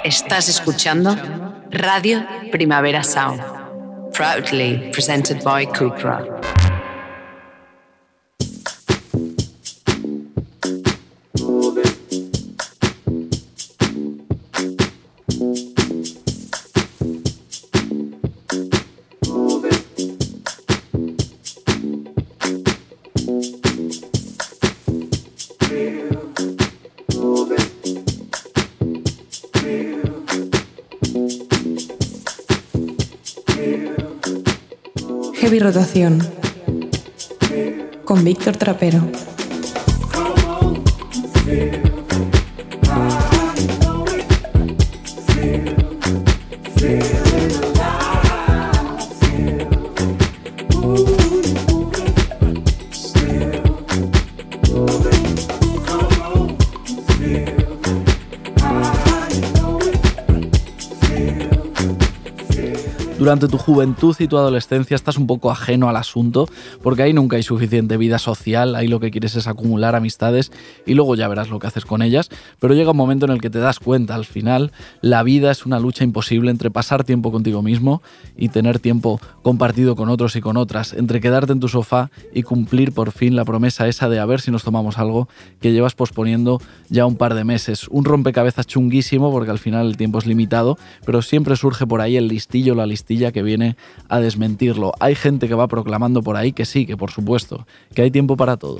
Estás escuchando Radio Primavera Sound, proudly presented by Cupra. Heavy Rotación con Víctor Trapero. Durante tu juventud y tu adolescencia estás un poco ajeno al asunto, porque ahí nunca hay suficiente vida social, ahí lo que quieres es acumular amistades y luego ya verás lo que haces con ellas, pero llega un momento en el que te das cuenta, al final, la vida es una lucha imposible entre pasar tiempo contigo mismo y tener tiempo compartido con otros y con otras, entre quedarte en tu sofá y cumplir por fin la promesa esa de a ver si nos tomamos algo que llevas posponiendo ya un par de meses. Un rompecabezas chunguísimo porque al final el tiempo es limitado, pero siempre surge por ahí el listillo, la listilla que viene a desmentirlo. Hay gente que va proclamando por ahí que sí, que por supuesto, que hay tiempo para todo.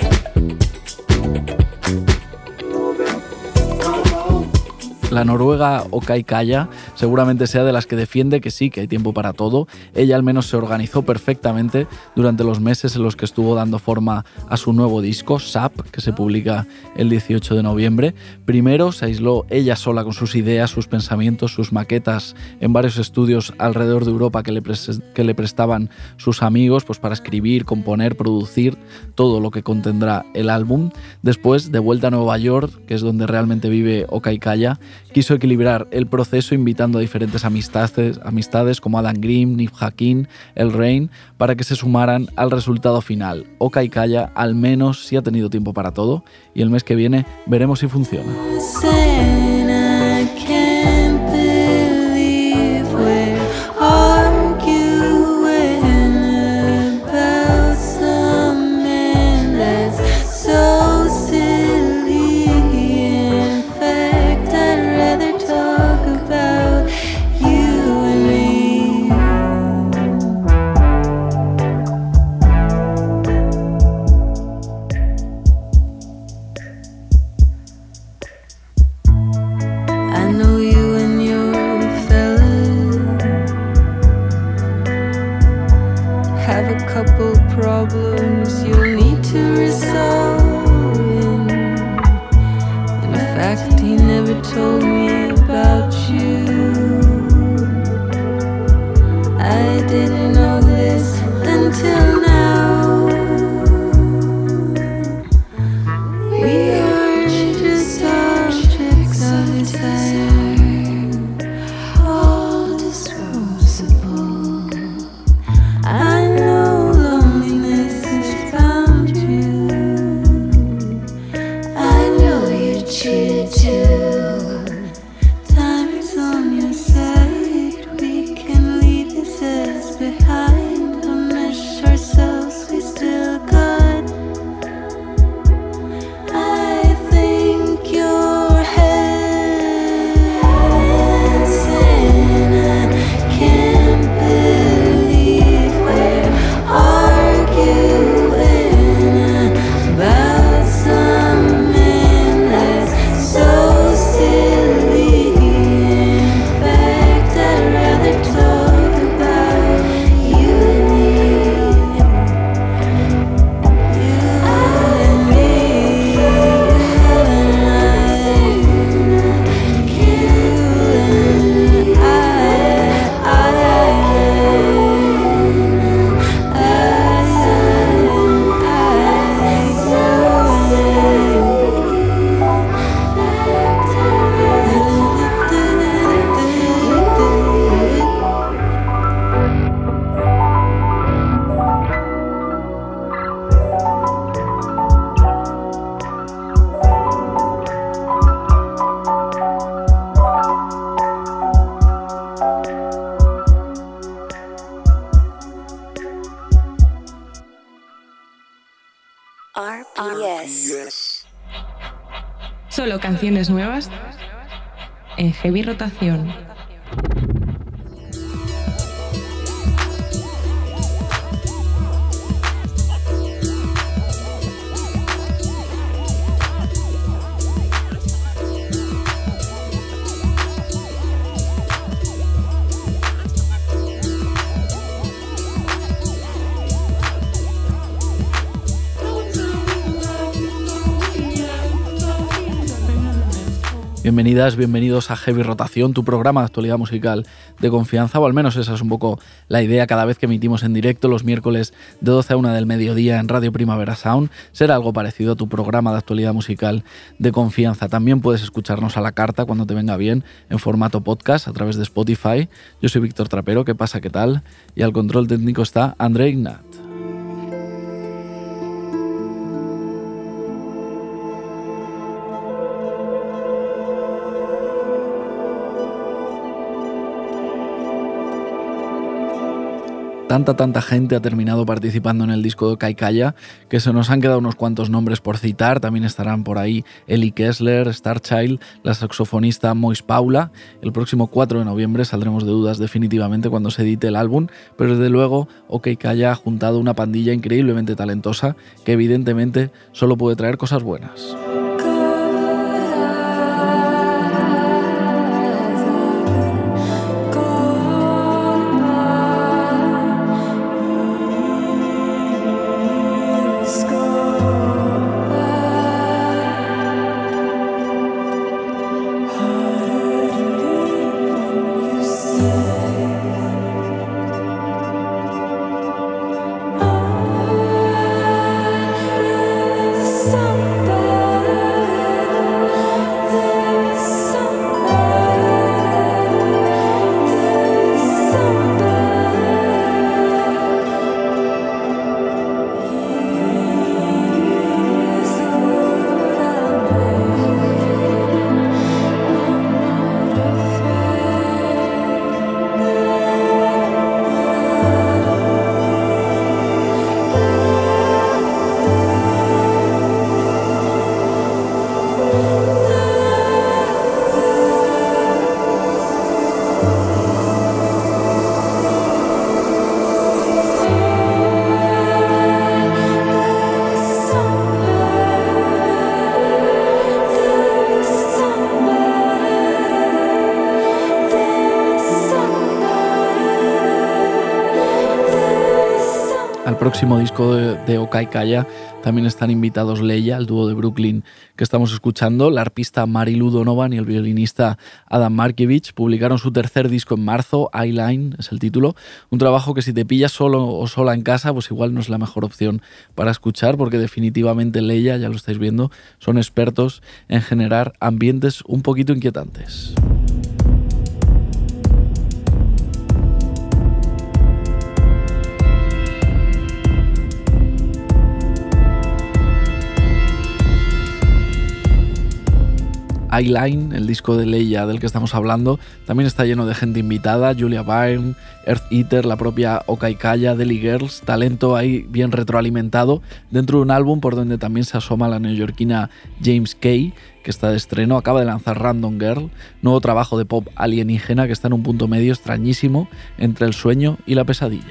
La noruega Okay Kaya seguramente sea de las que defiende que sí, que hay tiempo para todo. Ella al menos se organizó perfectamente durante los meses en los que estuvo dando forma a su nuevo disco, SAP, que se publica el 18 de noviembre. Primero se aisló ella sola con sus ideas, sus pensamientos, sus maquetas en varios estudios alrededor de Europa que le prestaban sus amigos, pues para escribir, componer, producir todo lo que contendrá el álbum. Después, de vuelta a Nueva York, que es donde realmente vive Okay Kaya, quiso equilibrar el proceso invitando a diferentes amistades como Adam Green, Niv Hakim, El Rain, para que se sumaran al resultado final. Okay Kaya al menos sí ha tenido tiempo para todo y el mes que viene veremos si funciona. Solo canciones nuevas en Heavy Rotación. Bienvenidas, bienvenidos a Heavy Rotación, tu programa de actualidad musical de confianza, o al menos esa es un poco la idea cada vez que emitimos en directo los miércoles de 12 a 1 del mediodía en Radio Primavera Sound. Será algo parecido a tu programa de actualidad musical de confianza. También puedes escucharnos a la carta cuando te venga bien en formato podcast a través de Spotify. Yo soy Víctor Trapero, ¿qué pasa? ¿Qué tal? Y al control técnico está André Ignat. Tanta gente ha terminado participando en el disco de Kaikaya que se nos han quedado unos cuantos nombres por citar. También estarán por ahí Eli Kessler, Starchild, la saxofonista Mois Paula. El próximo 4 de noviembre saldremos de dudas definitivamente cuando se edite el álbum, pero desde luego Kaikaya ha juntado una pandilla increíblemente talentosa que evidentemente solo puede traer cosas buenas. Próximo disco de Kaikaya también están invitados Leia, el dúo de Brooklyn que estamos escuchando, la arpista Marilu Donovan y el violinista Adam Markiewicz. Publicaron su tercer disco en marzo, Eyeline es el título, un trabajo que si te pillas solo o sola en casa pues igual no es la mejor opción para escuchar, porque definitivamente Leia, ya lo estáis viendo, son expertos en generar ambientes un poquito inquietantes. Eyeline, el disco de Leia del que estamos hablando, también está lleno de gente invitada: Julia Byrne, Earth Eater, la propia Kaikaya, Deli Girls, talento ahí bien retroalimentado dentro de un álbum por donde también se asoma la neoyorquina James Kay, que está de estreno. Acaba de lanzar Random Girl, nuevo trabajo de pop alienígena que está en un punto medio extrañísimo entre el sueño y la pesadilla.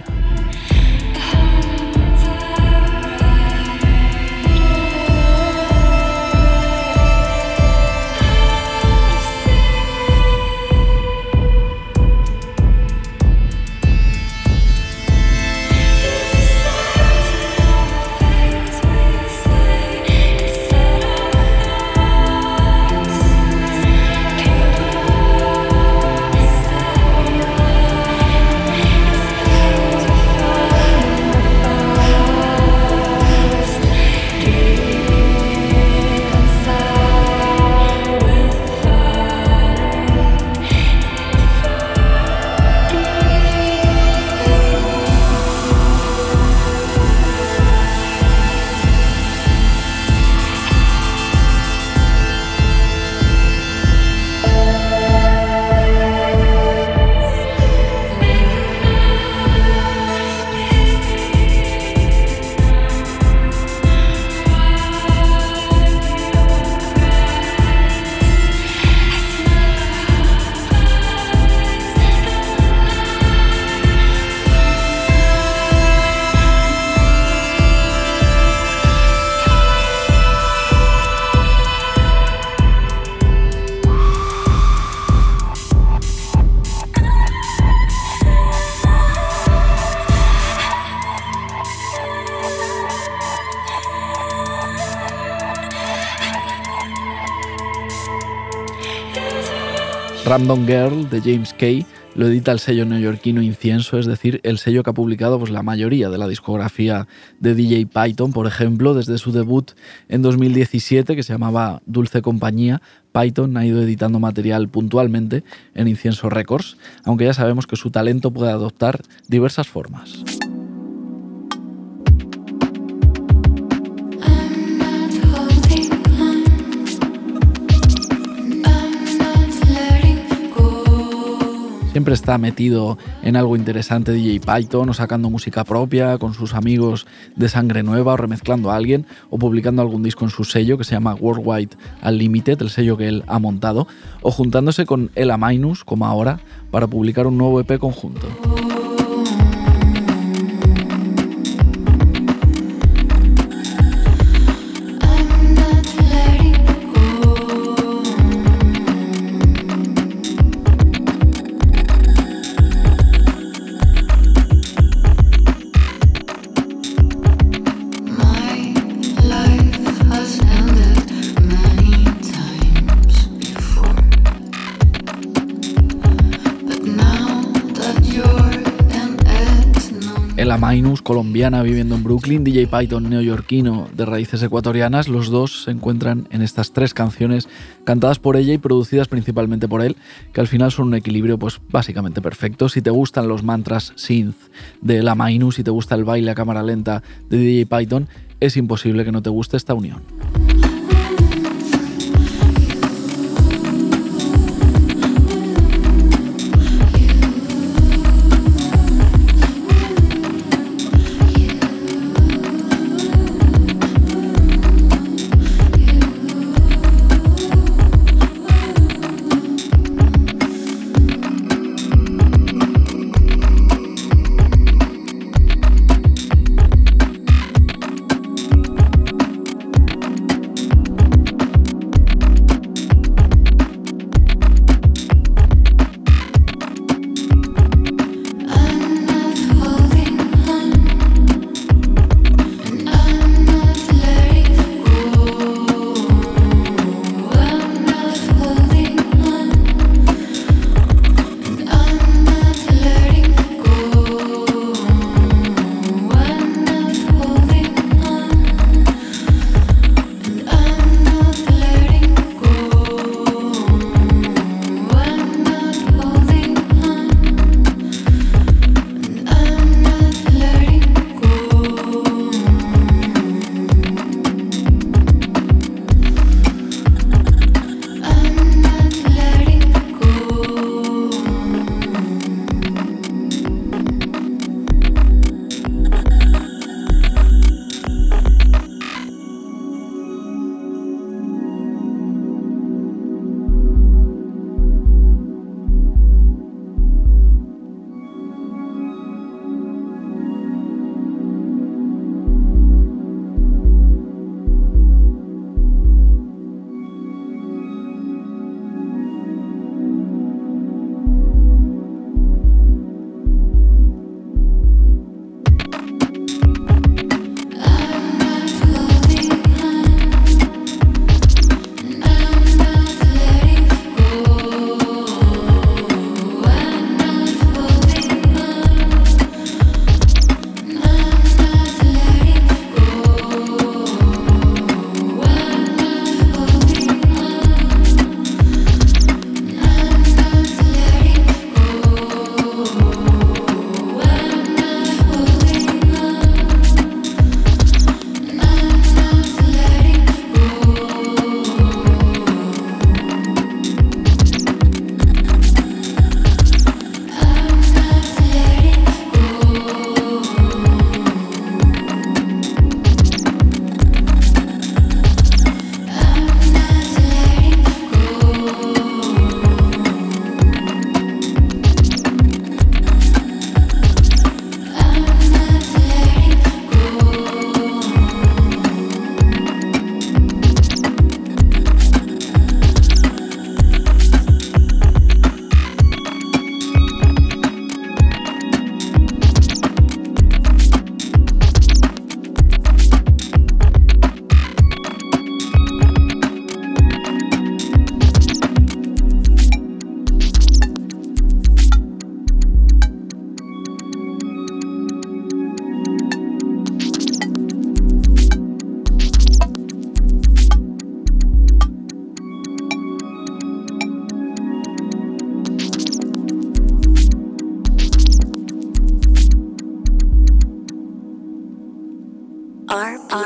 Random Girl de James Kay lo edita el sello neoyorquino Incienso, es decir, el sello que ha publicado pues, la mayoría de la discografía de DJ Python. Por ejemplo, desde su debut en 2017, que se llamaba Dulce Compañía, Python ha ido editando material puntualmente en Incienso Records, aunque ya sabemos que su talento puede adoptar diversas formas. Siempre está metido en algo interesante DJ Python, o sacando música propia con sus amigos de Sangre Nueva, o remezclando a alguien, o publicando algún disco en su sello que se llama Worldwide Unlimited, el sello que él ha montado, o juntándose con Ella Minus, como ahora, para publicar un nuevo EP conjunto. Ella Minus, colombiana viviendo en Brooklyn, DJ Python neoyorquino de raíces ecuatorianas, los dos se encuentran en estas 3 canciones cantadas por ella y producidas principalmente por él, que al final son un equilibrio pues básicamente perfecto. Si te gustan los mantras synth de Ella Minus, si te gusta el baile a cámara lenta de DJ Python, es imposible que no te guste esta unión.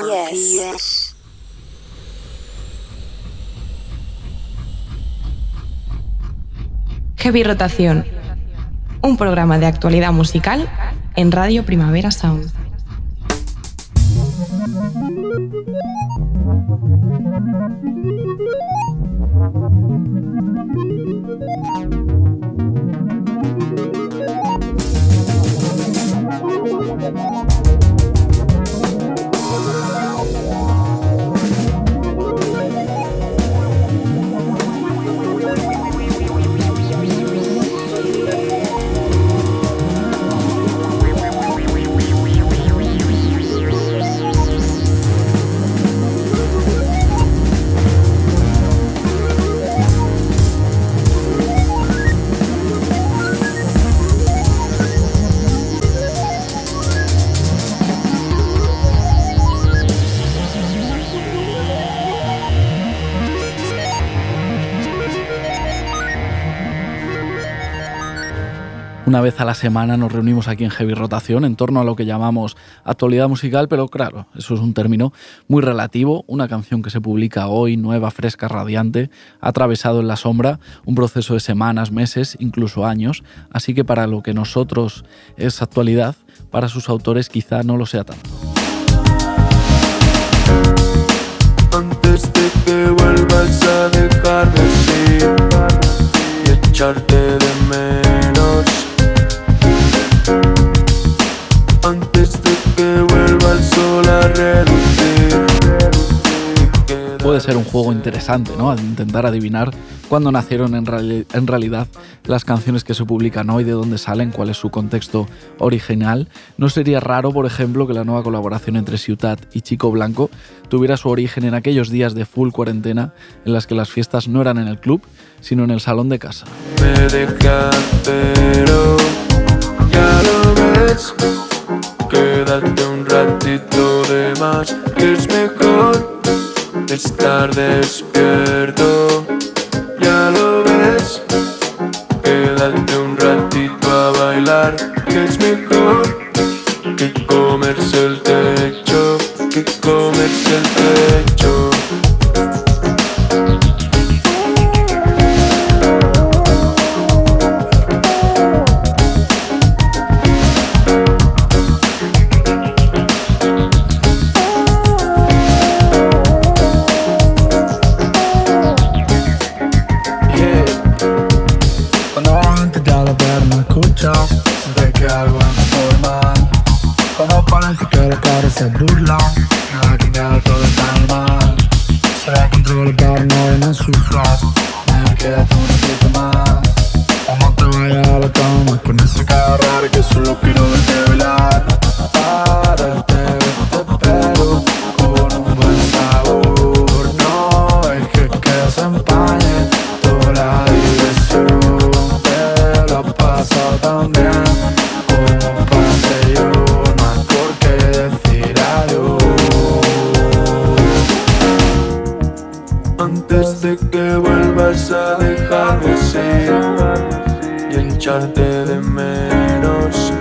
PS. Heavy Rotación, un programa de actualidad musical en Radio Primavera Sound. Una vez a la semana nos reunimos aquí en Heavy Rotación en torno a lo que llamamos actualidad musical, pero claro, eso es un término muy relativo. Una canción que se publica hoy, nueva, fresca, radiante, ha atravesado en la sombra un proceso de semanas, meses, incluso años, así que para lo que nosotros es actualidad, para sus autores quizá no lo sea tanto. Antes de que vuelvas a dejarme ir y echarte de menos, antes de que vuelva el sol a relucir. Puede ser un juego interesante, ¿no? Intentar adivinar cuándo nacieron en realidad las canciones que se publican hoy, de dónde salen, cuál es su contexto original. No sería raro, por ejemplo, que la nueva colaboración entre Ciutat y Chico Blanco tuviera su origen en aquellos días de full cuarentena en las que las fiestas no eran en el club, sino en el salón de casa. Me deja cero, ya lo ves. Quédate un ratito de más, que es mejor estar despierto. Ya lo ves. Quédate un ratito a bailar, que es mejor que comerse el techo, que comerse el techo. Siente que algo anda por mal. Cuando parece que la cara se burla, nada cambia, todo está mal. Se controla para no me sufras. Me queda un ratito más. No te vayas a la cama con esa cara rara que solo quiero verte bailar. Pararte, verte pero con un buen sabor. No dejes que se empañe toda la diversión. Te la paso tan bien como pasé yo, no hay por qué decir adiós. Antes de que vuelvas a dejarme ir y echarte de menos.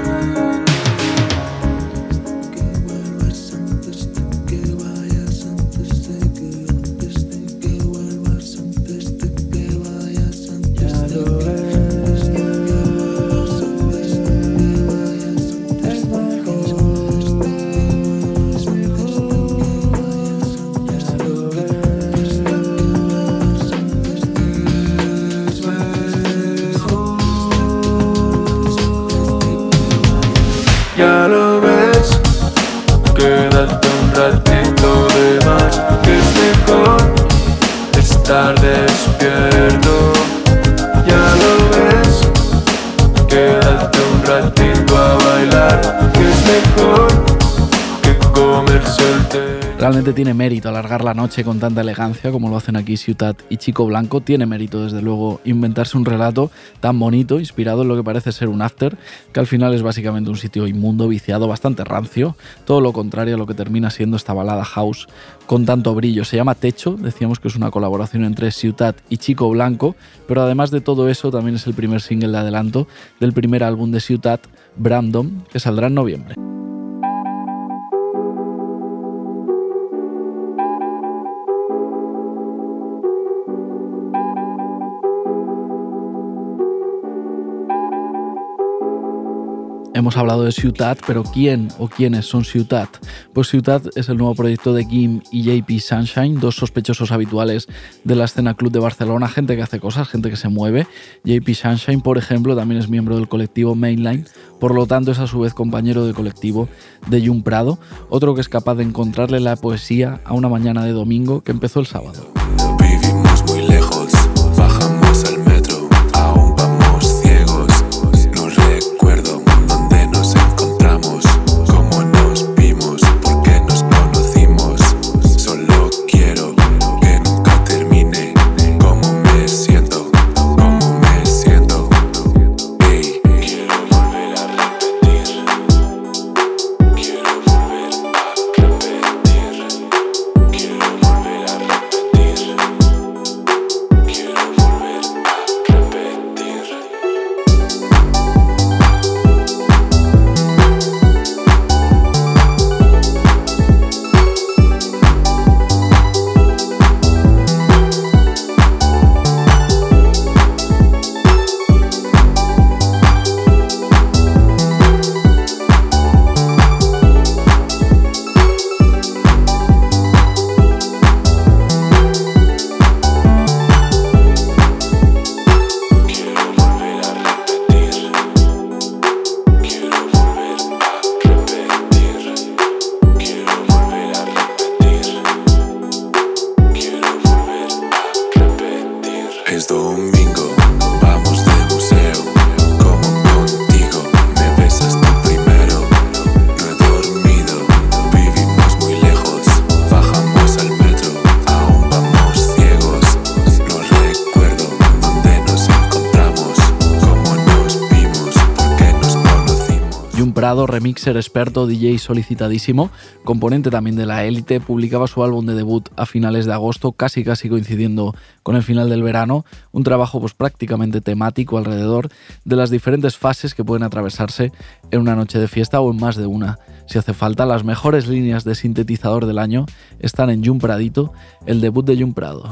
Ya lo ves, quédate un ratito de más, que es mejor estar despierto. Ya lo ves, quédate un ratito a bailar, que es mejor que comerse el té. Realmente tiene mérito alargar la noche con tanta elegancia como lo hacen aquí Ciutat y Chico Blanco. Tiene mérito, desde luego, inventarse un relato tan bonito, inspirado en lo que parece ser un after, que al final es básicamente un sitio inmundo, viciado, bastante rancio. Todo lo contrario a lo que termina siendo esta balada house con tanto brillo. Se llama Techo, decíamos que es una colaboración entre Ciutat y Chico Blanco, pero además de todo eso también es el primer single de adelanto del primer álbum de Ciutat, Brandon, que saldrá en noviembre. Hemos hablado de Ciutat, pero ¿quién o quiénes son Ciutat? Pues Ciutat es el nuevo proyecto de Guim y JP Sunshine, dos sospechosos habituales de la escena club de Barcelona, gente que hace cosas, gente que se mueve. JP Sunshine, por ejemplo, también es miembro del colectivo Mainline, por lo tanto es a su vez compañero de colectivo de Jun Prado, otro que es capaz de encontrarle la poesía a una mañana de domingo que empezó el sábado. Vivimos muy lejos, bajamos al metro, aún vamos ciegos. No recuerdo dónde nos encontramos, cómo nos vimos, por qué nos conocimos. Solo quiero que nunca termine. Cómo me siento, cómo me siento. Hey. Quiero volver a repetir. Quiero volver a repetir. Quiero volver a repetir. Quiero volver a repetir. Es domingo, vamos de museo. Como contigo, me besas tú primero. No he dormido, vivimos muy lejos. Bajamos al metro, aún vamos ciegos. No recuerdo dónde nos encontramos, cómo nos vimos, por qué nos conocimos. Jun Prado, remixer experto, DJ solicitadísimo, componente también de La Élite, publicaba su álbum de debut a finales de agosto, casi coincidiendo con el final del verano, un trabajo pues prácticamente temático alrededor de las diferentes fases que pueden atravesarse en una noche de fiesta o en más de una. Si hace falta, las mejores líneas de sintetizador del año están en Jun Pradito, el debut de Jun Prado.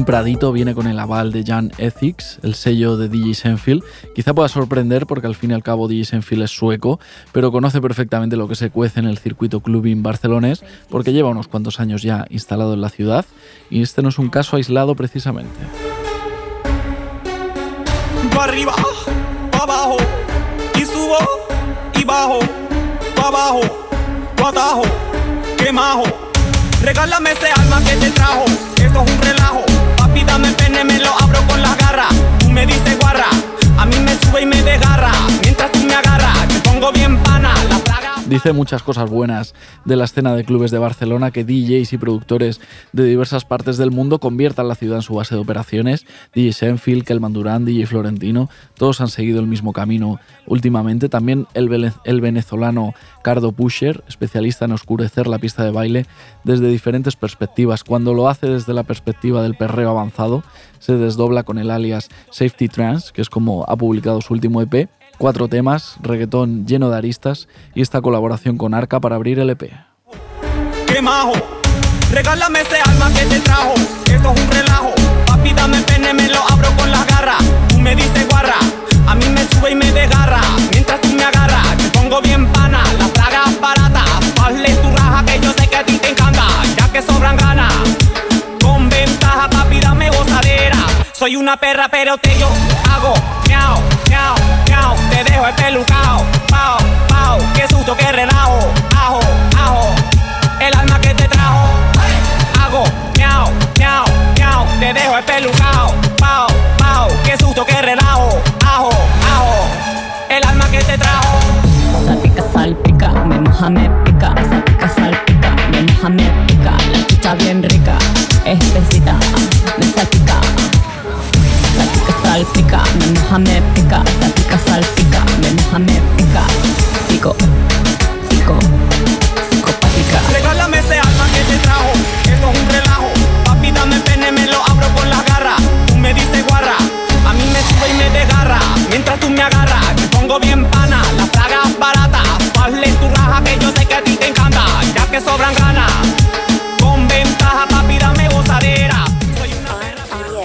Pradito viene con el aval de Jan Ethics, el sello de DJ Senfield. Quizá pueda sorprender porque al fin y al cabo DJ Senfield es sueco, pero conoce perfectamente lo que se cuece en el circuito clubbing barcelonés porque lleva unos cuantos años ya instalado en la ciudad y este no es un caso aislado precisamente. Pa' arriba, pa' abajo, y subo y bajo, pa' abajo, pa' atajo, que majo. Regálame ese alma que te trajo, esto es un relajo. Papi, dame pene, me lo abro con las garras. Tú me dices guarra, a mí me sube y me desgarra. Mientras tú me agarras, te pongo bien pana, la plaga. Dice muchas cosas buenas de la escena de clubes de Barcelona, que DJs y productores de diversas partes del mundo conviertan la ciudad en su base de operaciones. DJ Senfield, Kelman Durán, DJ Florentino, todos han seguido el mismo camino últimamente. También el venezolano Cardo Pusher, especialista en oscurecer la pista de baile desde diferentes perspectivas. Cuando lo hace desde la perspectiva del perreo avanzado, se desdobla con el alias Safety Trance, que es como ha publicado su último EP. 4 temas, reggaetón lleno de aristas y esta colaboración con Arca para abrir el EP. ¡Qué majo! Regálame ese alma que te trajo, esto es un relajo. Papi, dame pene, me lo abro con las garras. Tú me dices guarra, a mí me sube y me desgarra. Mientras tú me agarras, te pongo bien pana, las plagas baratas. Hazle tu raja que yo sé que a ti te encanta, ya que sobran ganas. Con ventaja, papi, dame gozadera. Soy una perra, pero te yo hago miau, miau, miau. Te dejo espelucao, pao, pao. Qué susto, qué relajo, ajo, ajo. El alma que te trajo, hago miau, miau, miau. Te dejo espelucao, pao, pao. Qué susto, qué relajo, ajo, ajo. El alma que te trajo. Salpica, salpica, me moja, me pica. Salpica, salpica, me moja, me pica. La chicha bien rica, espesita, me salpica. Salpica, salpica, me moja, me pica. Salpica, salpica, me moja, me pica. Psico, psico, psicopática. Regálame ese alma que te trajo, esto es un relajo. Papi, dame pene, me lo abro con las garras. Tú me dices guarra, a mí me sube y me desgarra. Mientras tú me agarras, te pongo bien pana, las plagas baratas. Hazle tu raja que yo sé que a ti te encanta, ya que sobran ganas. Con ventaja, papi, dame gozadera. Soy una perra.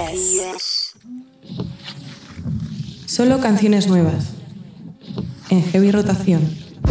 Solo canciones nuevas. En Heavy Rotación.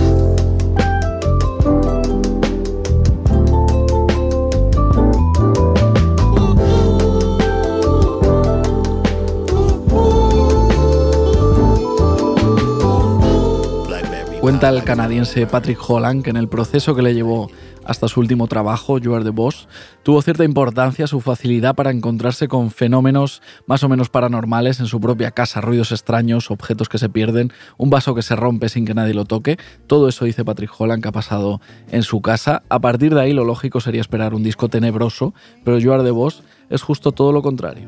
Cuenta el canadiense Patrick Holland que en el proceso que le llevó hasta su último trabajo, You Are The Boss, tuvo cierta importancia su facilidad para encontrarse con fenómenos más o menos paranormales en su propia casa, ruidos extraños, objetos que se pierden, un vaso que se rompe sin que nadie lo toque. Todo eso dice Patrick Holland que ha pasado en su casa. A partir de ahí lo lógico sería esperar un disco tenebroso, pero You Are The Boss es justo todo lo contrario.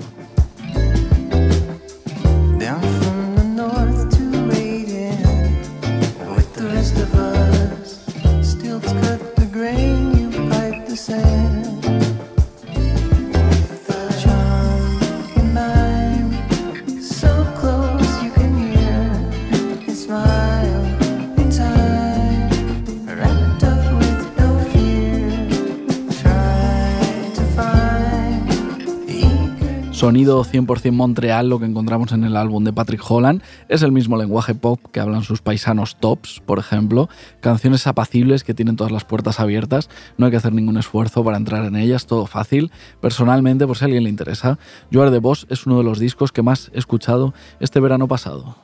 Sonido 100% Montreal, lo que encontramos en el álbum de Patrick Holland. Es el mismo lenguaje pop que hablan sus paisanos Tops, por ejemplo. Canciones apacibles que tienen todas las puertas abiertas. No hay que hacer ningún esfuerzo para entrar en ellas, todo fácil. Personalmente, por si a alguien le interesa, You Are The Boss es uno de los discos que más he escuchado este verano pasado.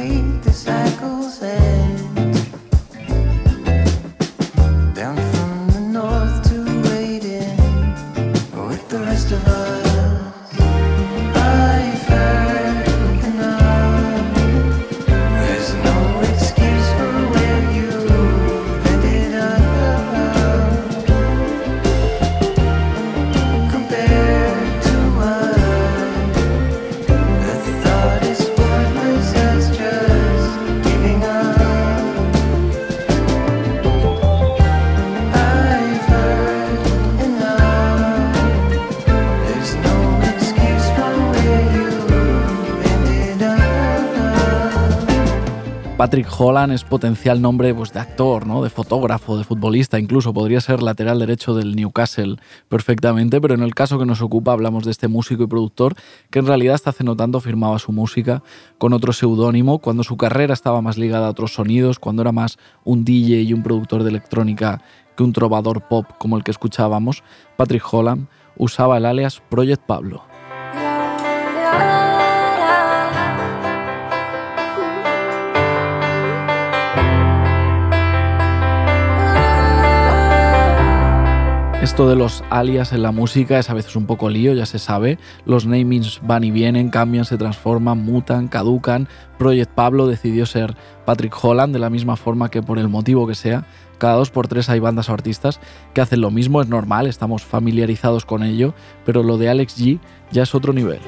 Patrick Holland es potencial nombre pues, de actor, ¿no? De fotógrafo, de futbolista, incluso podría ser lateral derecho del Newcastle perfectamente, pero en el caso que nos ocupa hablamos de este músico y productor que en realidad hasta hace no tanto firmaba su música con otro seudónimo, cuando su carrera estaba más ligada a otros sonidos, cuando era más un DJ y un productor de electrónica que un trovador pop como el que escuchábamos. Patrick Holland usaba el alias Project Pablo. Esto de los alias en la música es a veces un poco lío, ya se sabe. Los namings van y vienen, cambian, se transforman, mutan, caducan. Project Pablo decidió ser Patrick Holland de la misma forma que por el motivo que sea. Cada 2x3 hay bandas o artistas que hacen lo mismo, es normal, estamos familiarizados con ello, pero lo de Alex G ya es otro nivel.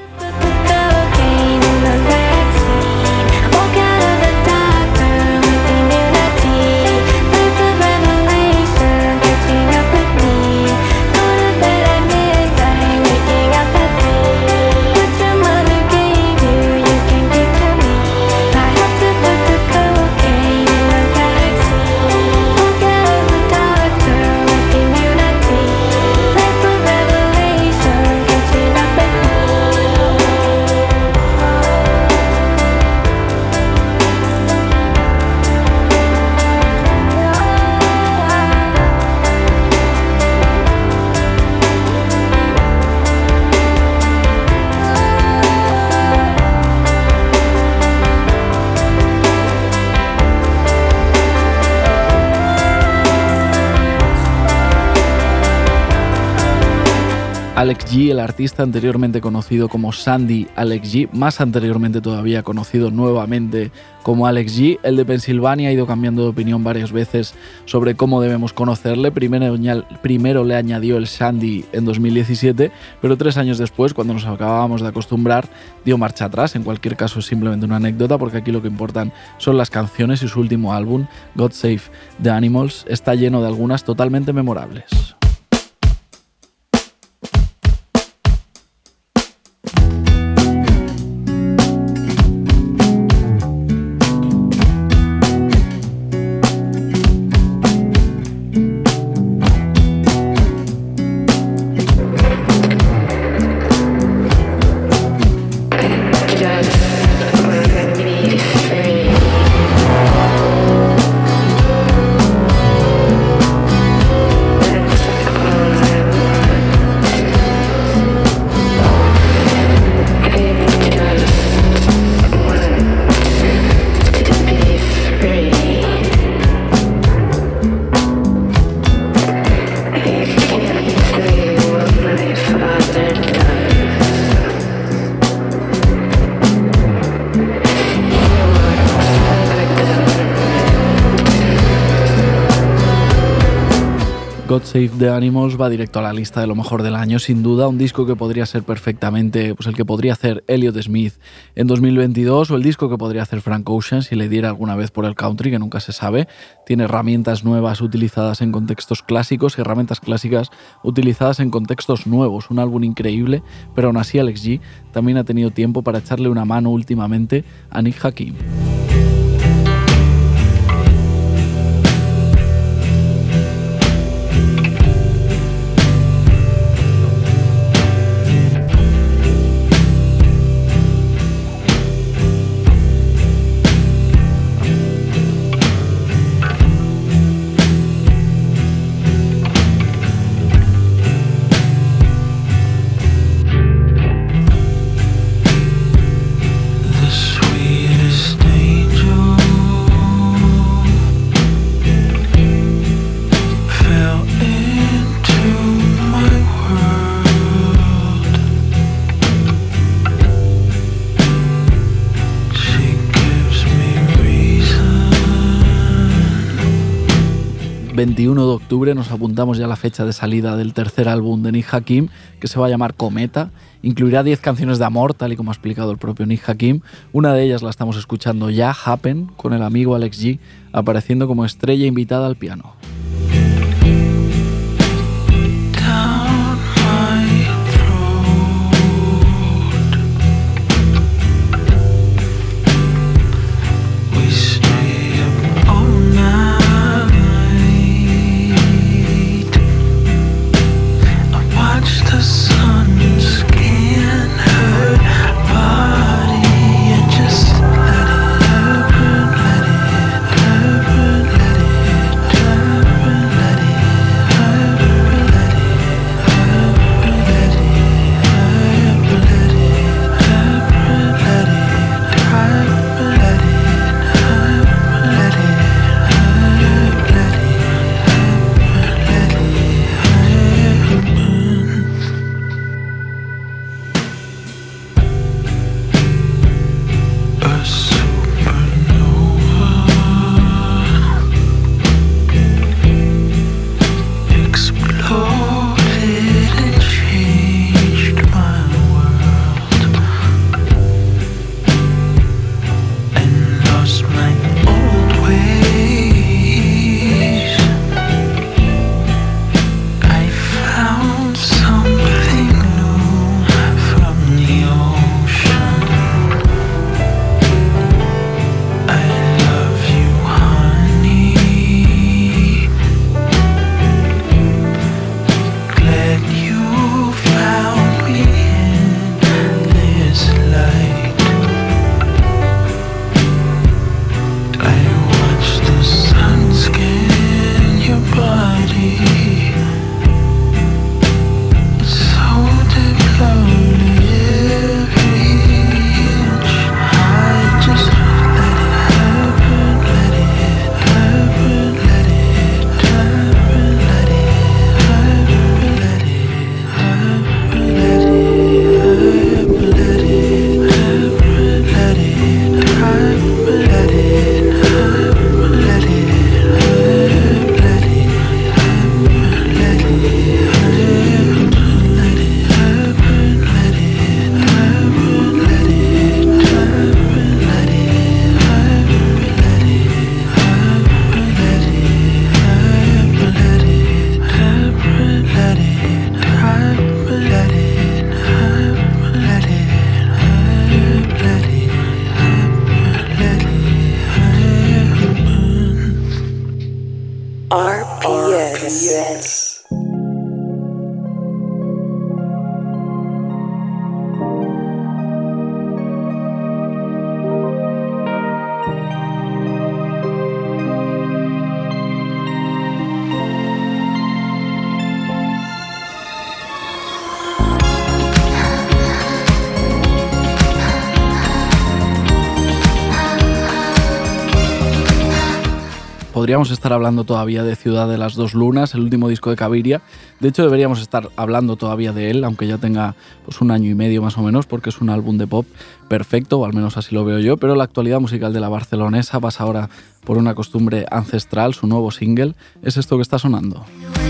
Alex G, el artista anteriormente conocido como Sandy Alex G, más anteriormente todavía conocido nuevamente como Alex G, el de Pensilvania, ha ido cambiando de opinión varias veces sobre cómo debemos conocerle. Primero le añadió el Sandy en 2017, pero 3 años después, cuando nos acabábamos de acostumbrar, dio marcha atrás. En cualquier caso es simplemente una anécdota, porque aquí lo que importan son las canciones, y su último álbum, God Save the Animals, está lleno de algunas totalmente memorables. God Save the Animals va directo a la lista de lo mejor del año, sin duda. Un disco que podría ser perfectamente pues el que podría hacer Elliott Smith en 2022, o el disco que podría hacer Frank Ocean si le diera alguna vez por el country, que nunca se sabe. Tiene herramientas nuevas utilizadas en contextos clásicos y herramientas clásicas utilizadas en contextos nuevos. Un álbum increíble, pero aún así Alex G también ha tenido tiempo para echarle una mano últimamente a Nick Hakim. Sweetest name 21 de octubre nos apuntamos ya a la fecha de salida del tercer álbum de Nick Hakim, que se va a llamar Cometa. Incluirá 10 canciones de amor, tal y como ha explicado el propio Nick Hakim. Una de ellas la estamos escuchando ya, Happen, con el amigo Alex G, apareciendo como estrella invitada al piano. Podríamos estar hablando todavía de Ciudad de las Dos Lunas, el último disco de Caviria. De hecho, deberíamos estar hablando todavía de él, aunque ya tenga pues, 1 año y medio más o menos, porque es un álbum de pop perfecto, o al menos así lo veo yo. Pero la actualidad musical de la barcelonesa pasa ahora por una costumbre ancestral. Su nuevo single es esto que está sonando.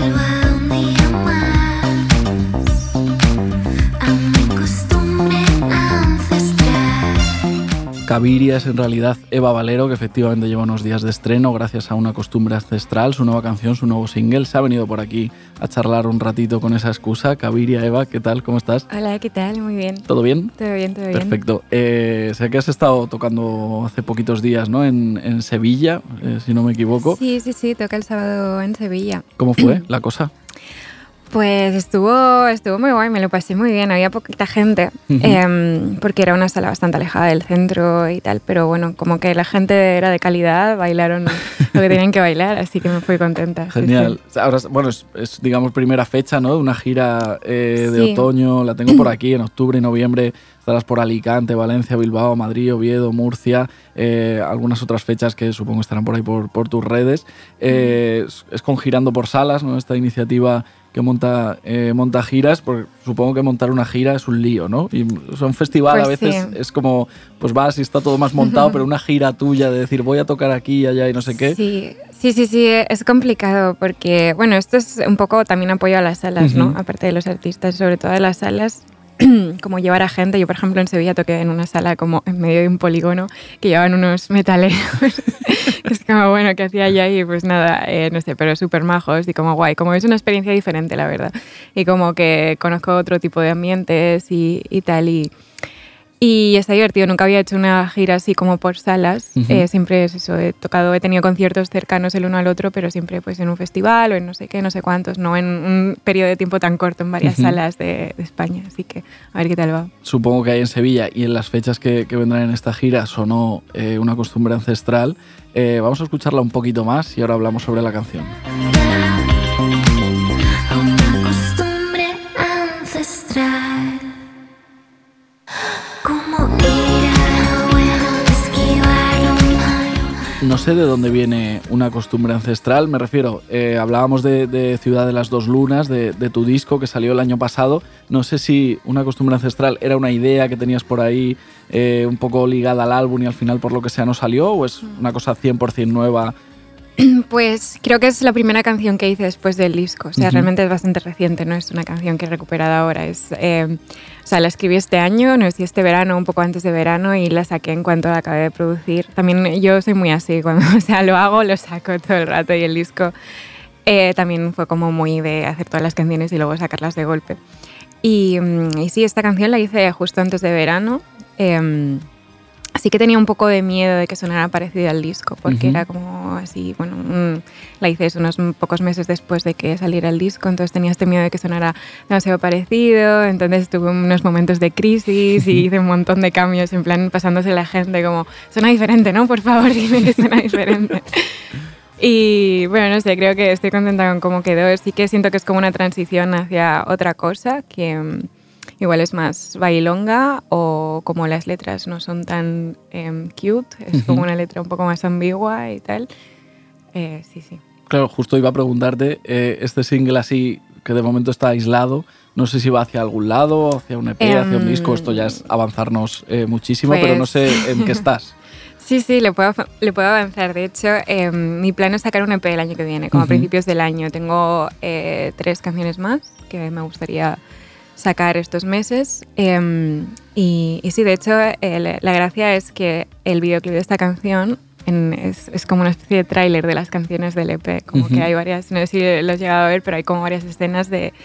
Caviria es en realidad Eva Valero, que efectivamente lleva unos días de estreno gracias a una costumbre ancestral, su nueva canción, su nuevo single. Se ha venido por aquí a charlar un ratito con esa excusa. Caviria, Eva, ¿qué tal? ¿Cómo estás? Hola, ¿qué tal? Muy bien. ¿Todo bien? Todo bien, todo bien. Perfecto. Sé que has estado tocando hace poquitos días, ¿no? En Sevilla, si no me equivoco. Sí, toca el sábado en Sevilla. ¿Cómo fue la cosa? Pues estuvo muy guay, me lo pasé muy bien, había poquita gente, porque era una sala bastante alejada del centro y tal, pero bueno, como que la gente era de calidad, bailaron lo que tenían que bailar, así que me fui contenta. Genial. Sí. Ahora, bueno, es digamos primera fecha, ¿no? De una gira de otoño, la tengo por aquí en octubre y noviembre. Estarás por Alicante, Valencia, Bilbao, Madrid, Oviedo, Murcia, algunas otras fechas que supongo estarán por ahí por tus redes. Es con Girando por Salas, ¿no? Esta iniciativa que monta giras, porque supongo que montar una gira es un lío, ¿no? Y un festival pues a veces sí. Es como, pues vas y está todo más montado, pero una gira tuya de decir voy a tocar aquí y allá y no sé qué. Sí, es complicado porque, bueno, esto es un poco también apoyo a las salas, ¿no? Aparte de los artistas, sobre todo a las salas, como llevar a gente. Yo, por ejemplo, en Sevilla toqué en una sala como en medio de un polígono que llevaban unos metaleros. Es como, bueno, ¿qué hacía yo ahí? Pues nada, no sé, pero súper majos y como guay. Como es una experiencia diferente, la verdad. Y como que conozco otro tipo de ambientes y tal. Y está divertido, nunca había hecho una gira así como por salas, siempre es eso, he tenido conciertos cercanos el uno al otro, pero siempre pues en un festival o en no sé qué, no sé cuántos, no en un periodo de tiempo tan corto en varias salas de España, así que a ver qué tal va. Supongo que ahí en Sevilla y en las fechas que vendrán en esta gira sonó Una costumbre ancestral. Vamos a escucharla un poquito más y ahora hablamos sobre la canción. Una costumbre ancestral. No sé de dónde viene Una costumbre ancestral, me refiero, hablábamos de Ciudad de las Dos Lunas, de tu disco que salió el año pasado. No sé si Una costumbre ancestral era una idea que tenías por ahí un poco ligada al álbum y al final por lo que sea no salió, o es una cosa 100% nueva. Pues creo que es la primera canción que hice después del disco, o sea, realmente es bastante reciente, no es una canción que he recuperado ahora, o sea, la escribí este año, no sé, este verano, un poco antes de verano, y la saqué en cuanto la acabé de producir. También yo soy muy así, cuando lo hago, lo saco todo el rato, y el disco también fue como muy de hacer todas las canciones y luego sacarlas de golpe. Y sí, esta canción la hice justo antes de verano. Así que tenía un poco de miedo de que sonara parecido al disco, porque era como así, bueno, la hice unos pocos meses después de que saliera el disco, entonces tenía este miedo de que sonara demasiado parecido, entonces tuve unos momentos de crisis y hice un montón de cambios, en plan pasándose la gente como, suena diferente, ¿no? Por favor, dime que suena diferente. Y bueno, no sé, creo que estoy contenta con cómo quedó, sí que siento que es como una transición hacia otra cosa, que igual es más bailonga o como las letras no son tan cute, es como una letra un poco más ambigua y tal. Sí. Claro, justo iba a preguntarte, este single así que de momento está aislado, no sé si va hacia algún lado, hacia un EP, hacia un disco, esto ya es avanzarnos muchísimo, pues, pero no sé en qué estás. Sí, le puedo avanzar. De hecho, mi plan es sacar un EP el año que viene, como a principios del año. Tengo 3 canciones más que me gustaría sacar estos meses y sí, de hecho la gracia es que el videoclip de esta canción es como una especie de tráiler de las canciones del EP, como que hay varias, no sé si lo has llegado a ver, pero hay como varias escenas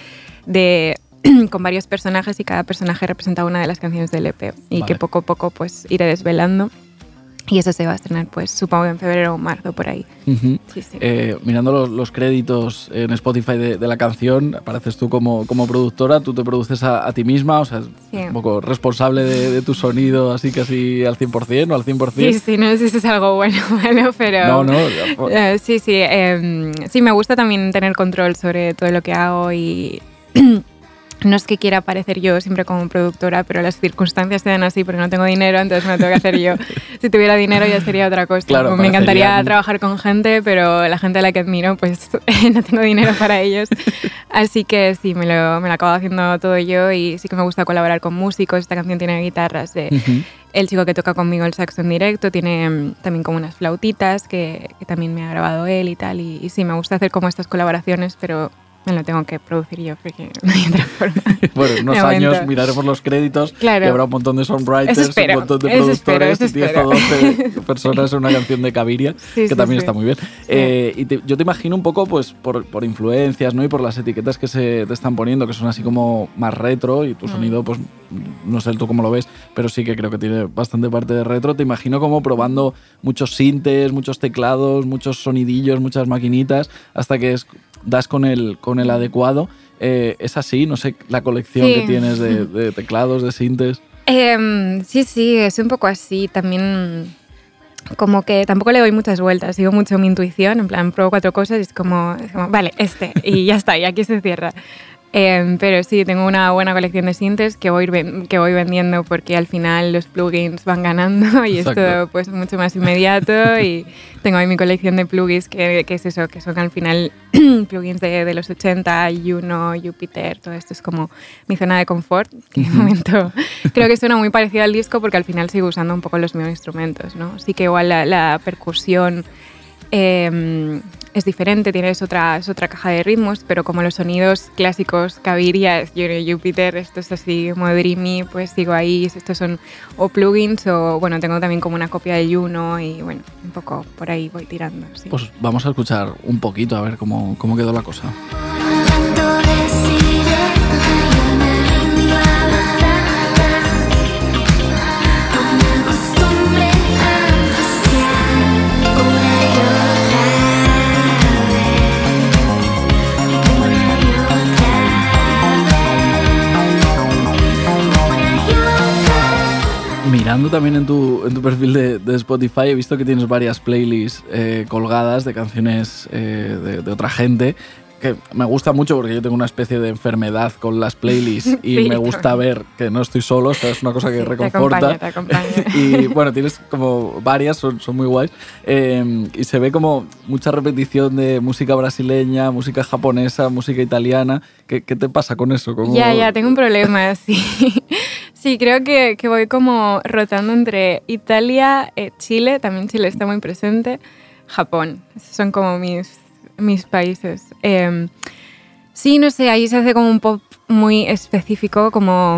con varios personajes y cada personaje representa una de las canciones del EP y que poco a poco pues iré desvelando. Y eso se va a estrenar, pues, supongo en febrero o marzo, por ahí. Sí. Mirando los créditos en Spotify de la canción, apareces tú como productora, tú te produces a ti misma, o sea, un poco responsable de tu sonido, así casi al 100% o al 100%. Sí, no sé si eso es algo bueno o malo, pero... No. Sí, me gusta también tener control sobre todo lo que hago y... No es que quiera aparecer yo siempre como productora, pero las circunstancias se dan así porque no tengo dinero, entonces me lo tengo que hacer yo. Si tuviera dinero ya sería otra cosa. Claro, me encantaría trabajar con gente, pero la gente a la que admiro, pues no tengo dinero para ellos. Así que sí, me lo acabo haciendo todo yo y sí que me gusta colaborar con músicos. Esta canción tiene guitarras el chico que toca conmigo el saxo en directo, tiene también como unas flautitas que también me ha grabado él y tal. Y sí, me gusta hacer como estas colaboraciones, pero... me lo tengo que producir yo porque no hay otra forma. Bueno, en unos años miraremos los créditos y habrá un montón de songwriters, un montón de productores, 10 o 12 personas en una canción de Caviria, que también está muy bien. Yo te imagino un poco pues por influencias, ¿no? Y por las etiquetas que se te están poniendo, que son así como más retro y tu sonido, pues no sé tú cómo lo ves, pero sí que creo que tiene bastante parte de retro. Te imagino como probando muchos sintes, muchos teclados, muchos sonidillos, muchas maquinitas, hasta que das con el adecuado. ¿Es así? No sé, la colección que tienes de teclados, de sintes. Sí, es un poco así. También como que tampoco le doy muchas vueltas, sigo mucho mi intuición, en plan, pruebo 4 cosas y es como vale, y ya está, y aquí se cierra. Pero sí, tengo una buena colección de sintes que voy vendiendo porque al final los plugins van ganando y Exacto. es todo pues, mucho más inmediato y tengo ahí mi colección de plugins que es eso, que son al final plugins de los 80, Juno, Jupiter, todo esto es como mi zona de confort, que de momento creo que suena muy parecido al disco porque al final sigo usando un poco los mismos instrumentos, ¿no? Sí que igual la percusión es diferente, tienes otra caja de ritmos, pero como los sonidos clásicos, Caviria, Jupiter, esto es así como dreamy, pues sigo ahí, estos son o plugins o bueno, tengo también como una copia de Juno y bueno, un poco por ahí voy tirando. Sí. Pues vamos a escuchar un poquito a ver cómo quedó la cosa. Mirando también en tu perfil de Spotify he visto que tienes varias playlists colgadas de canciones de otra gente, que me gusta mucho porque yo tengo una especie de enfermedad con las playlists y sí, me gusta ver que no estoy solo, o sea, es una cosa que reconforta. Te acompaña. Y bueno, tienes como varias, son muy guays, y se ve como mucha repetición de música brasileña, música japonesa, música italiana. ¿Qué te pasa con eso? Ya, tengo un problema, sí. Sí, creo que voy como rotando entre Italia, Chile, también Chile está muy presente, Japón. Esos son como mis países. Sí, no sé, ahí se hace como un pop muy específico,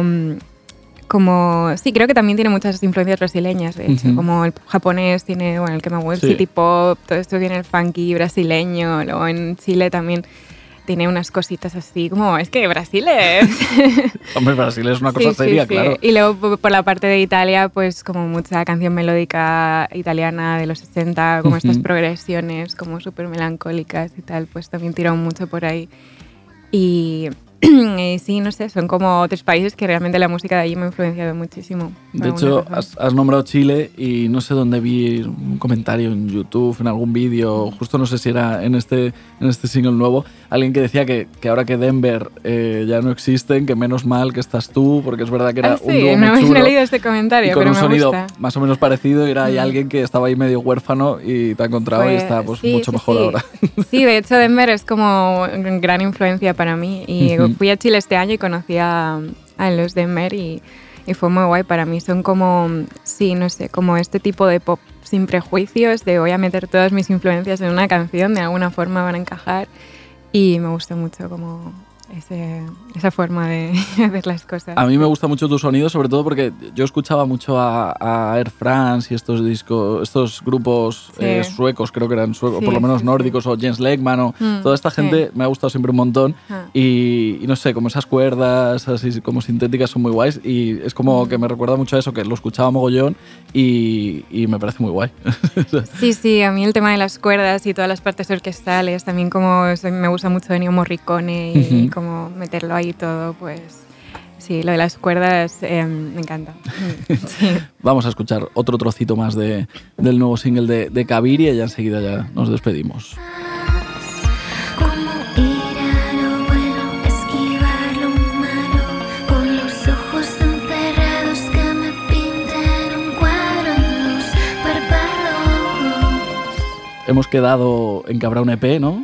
sí, creo que también tiene muchas influencias brasileñas, de hecho, como el japonés tiene, bueno, el que me gusta, el city pop, todo esto tiene el funky brasileño, luego en Chile también tiene unas cositas así, como, es que Brasil es... Hombre, Brasil es una cosa seria, sí. claro. Y luego por la parte de Italia, pues como mucha canción melódica italiana de los 60, como estas progresiones como súper melancólicas y tal, pues también tiro mucho por ahí. Y sí, no sé, son como 3 países que realmente la música de allí me ha influenciado muchísimo. De hecho, has nombrado Chile y no sé dónde vi un comentario en YouTube, en algún vídeo, justo no sé si era en este single nuevo, alguien que decía que ahora que Denver ya no existen, que menos mal que estás tú, porque es verdad que era un dúo muy chulo. No he leído este comentario, y con pero un me sonido gusta. más o menos parecido, y era ahí alguien que estaba ahí medio huérfano y te ha encontrado y está pues mucho mejor ahora. Sí, de hecho Denver es como gran influencia para mí y fui a Chile este año y conocí a los Denver y fue muy guay para mí. Son como, sí, no sé, como este tipo de pop sin prejuicios, de voy a meter todas mis influencias en una canción, de alguna forma van a encajar y me gusta mucho como esa forma de hacer las cosas. A mí me gusta mucho tu sonido, sobre todo porque yo escuchaba mucho a Air France y estos grupos suecos, creo que eran suecos, por lo menos nórdicos, o Jens Lekman, o toda esta gente me ha gustado siempre un montón. Y no sé, como esas cuerdas así como sintéticas son muy guays, y es como que me recuerda mucho a eso, que lo escuchaba mogollón y me parece muy guay. Sí, a mí el tema de las cuerdas y todas las partes orquestales, también como me gusta mucho Ennio Morricone y como meterlo ahí todo, pues sí, lo de las cuerdas me encanta. Sí. Vamos a escuchar otro trocito más del nuevo single de Caviria y ya enseguida ya nos despedimos. Hemos quedado en que habrá un EP, ¿no?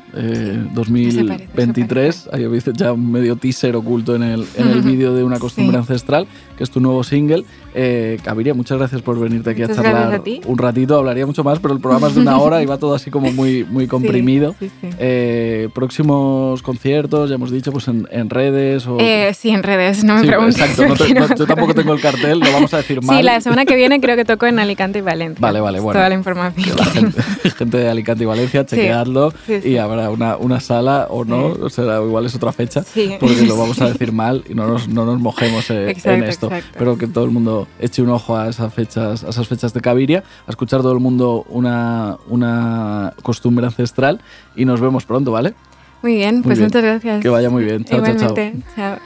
2023. Ahí habéis ya un medio teaser oculto en el vídeo de Una costumbre ancestral, que es tu nuevo single. Caviria, muchas gracias por venirte aquí a charlar un ratito. Hablaría mucho más, pero el programa es de 1 hora y va todo así como muy comprimido. Sí. Próximos conciertos, ya hemos dicho, pues en redes o... Sí, en redes, no me preguntes. Exacto, yo tampoco tengo el cartel, lo vamos a decir mal. Sí, la semana que viene creo que toco en Alicante y Valencia. Vale, bueno. Toda la información. Gente de Alicante y Valencia, chequeadlo y habrá una sala o no, o sea, igual es otra fecha, porque lo vamos a decir mal y no nos mojemos en esto. Pero que todo el mundo eche un ojo a esas fechas de Caviria, a escuchar todo el mundo una costumbre ancestral y nos vemos pronto, ¿vale? Muy bien, pues muchas gracias. Que vaya muy bien. Chao, igualmente. Chao.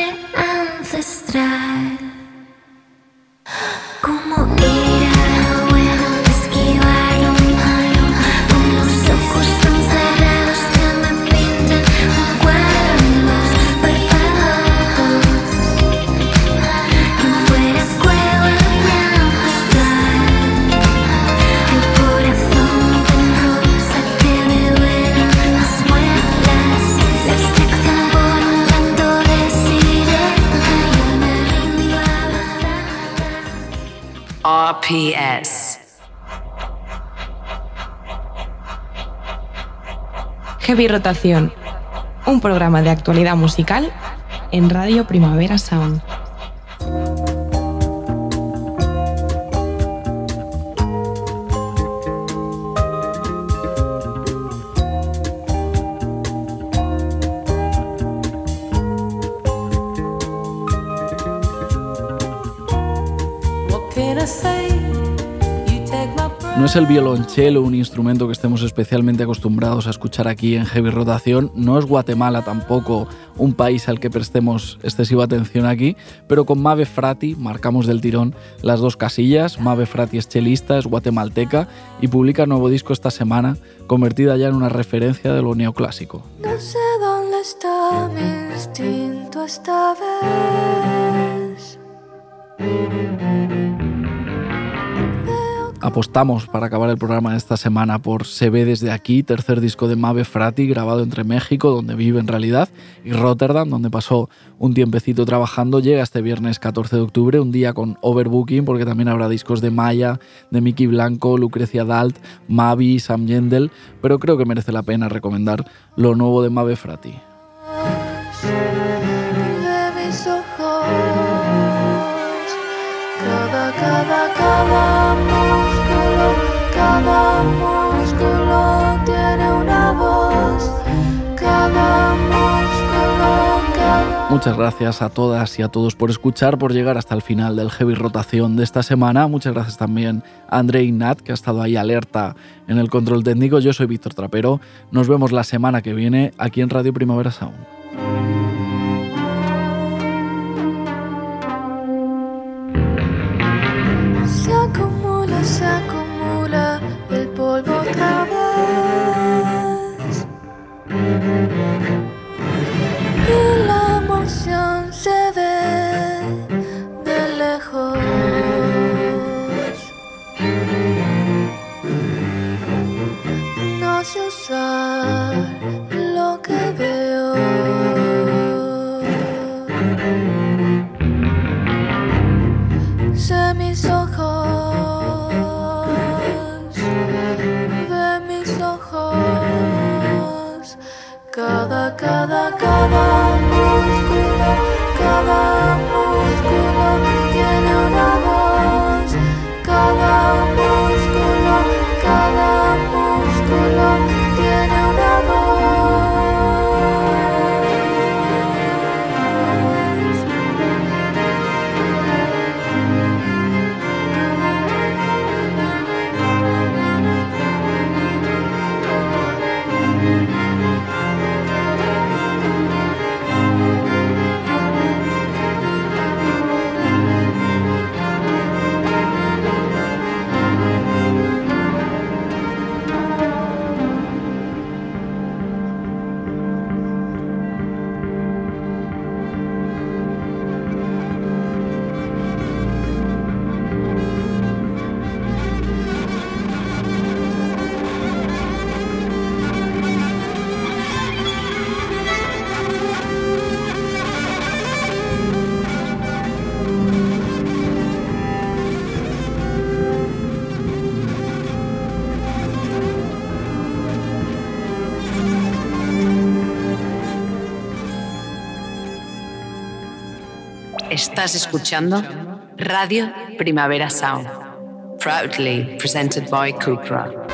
Como ir a RPS. Heavy Rotación, un programa de actualidad musical en Radio Primavera Sound. No es el violonchelo un instrumento que estemos especialmente acostumbrados a escuchar aquí en Heavy Rotación, no es Guatemala tampoco un país al que prestemos excesiva atención aquí, pero con Mabe Frati marcamos del tirón las dos casillas. Mabe Frati es chelista, es guatemalteca y publica nuevo disco esta semana, convertida ya en una referencia de lo neoclásico. No sé dónde está mi instinto esta vez. Apostamos para acabar el programa de esta semana por Se ve desde aquí, tercer disco de Mabe Frati, grabado entre México, donde vive en realidad, y Rotterdam, donde pasó un tiempecito trabajando. Llega este viernes 14 de octubre, un día con overbooking, porque también habrá discos de Maya, de Miki Blanco, Lucrecia Dalt, Mavi, Sam Yendel, pero creo que merece la pena recomendar lo nuevo de Mabe Frati. Cada músculo tiene una voz, cada músculo, cada... Muchas gracias a todas y a todos por escuchar, por llegar hasta el final del Heavy Rotación de esta semana. Muchas gracias también a André Ignat, que ha estado ahí alerta en el control técnico. Yo soy Víctor Trapero. Nos vemos la semana que viene aquí en Radio Primavera Sound. Se acumula el polvo otra vez y la emoción se ve de lejos. No sé usar lo que veo. Sé mis ojos. Cada músculo tiene una voz, cada músculo tiene una Estás escuchando Radio Primavera Sound, proudly presented by Cupra.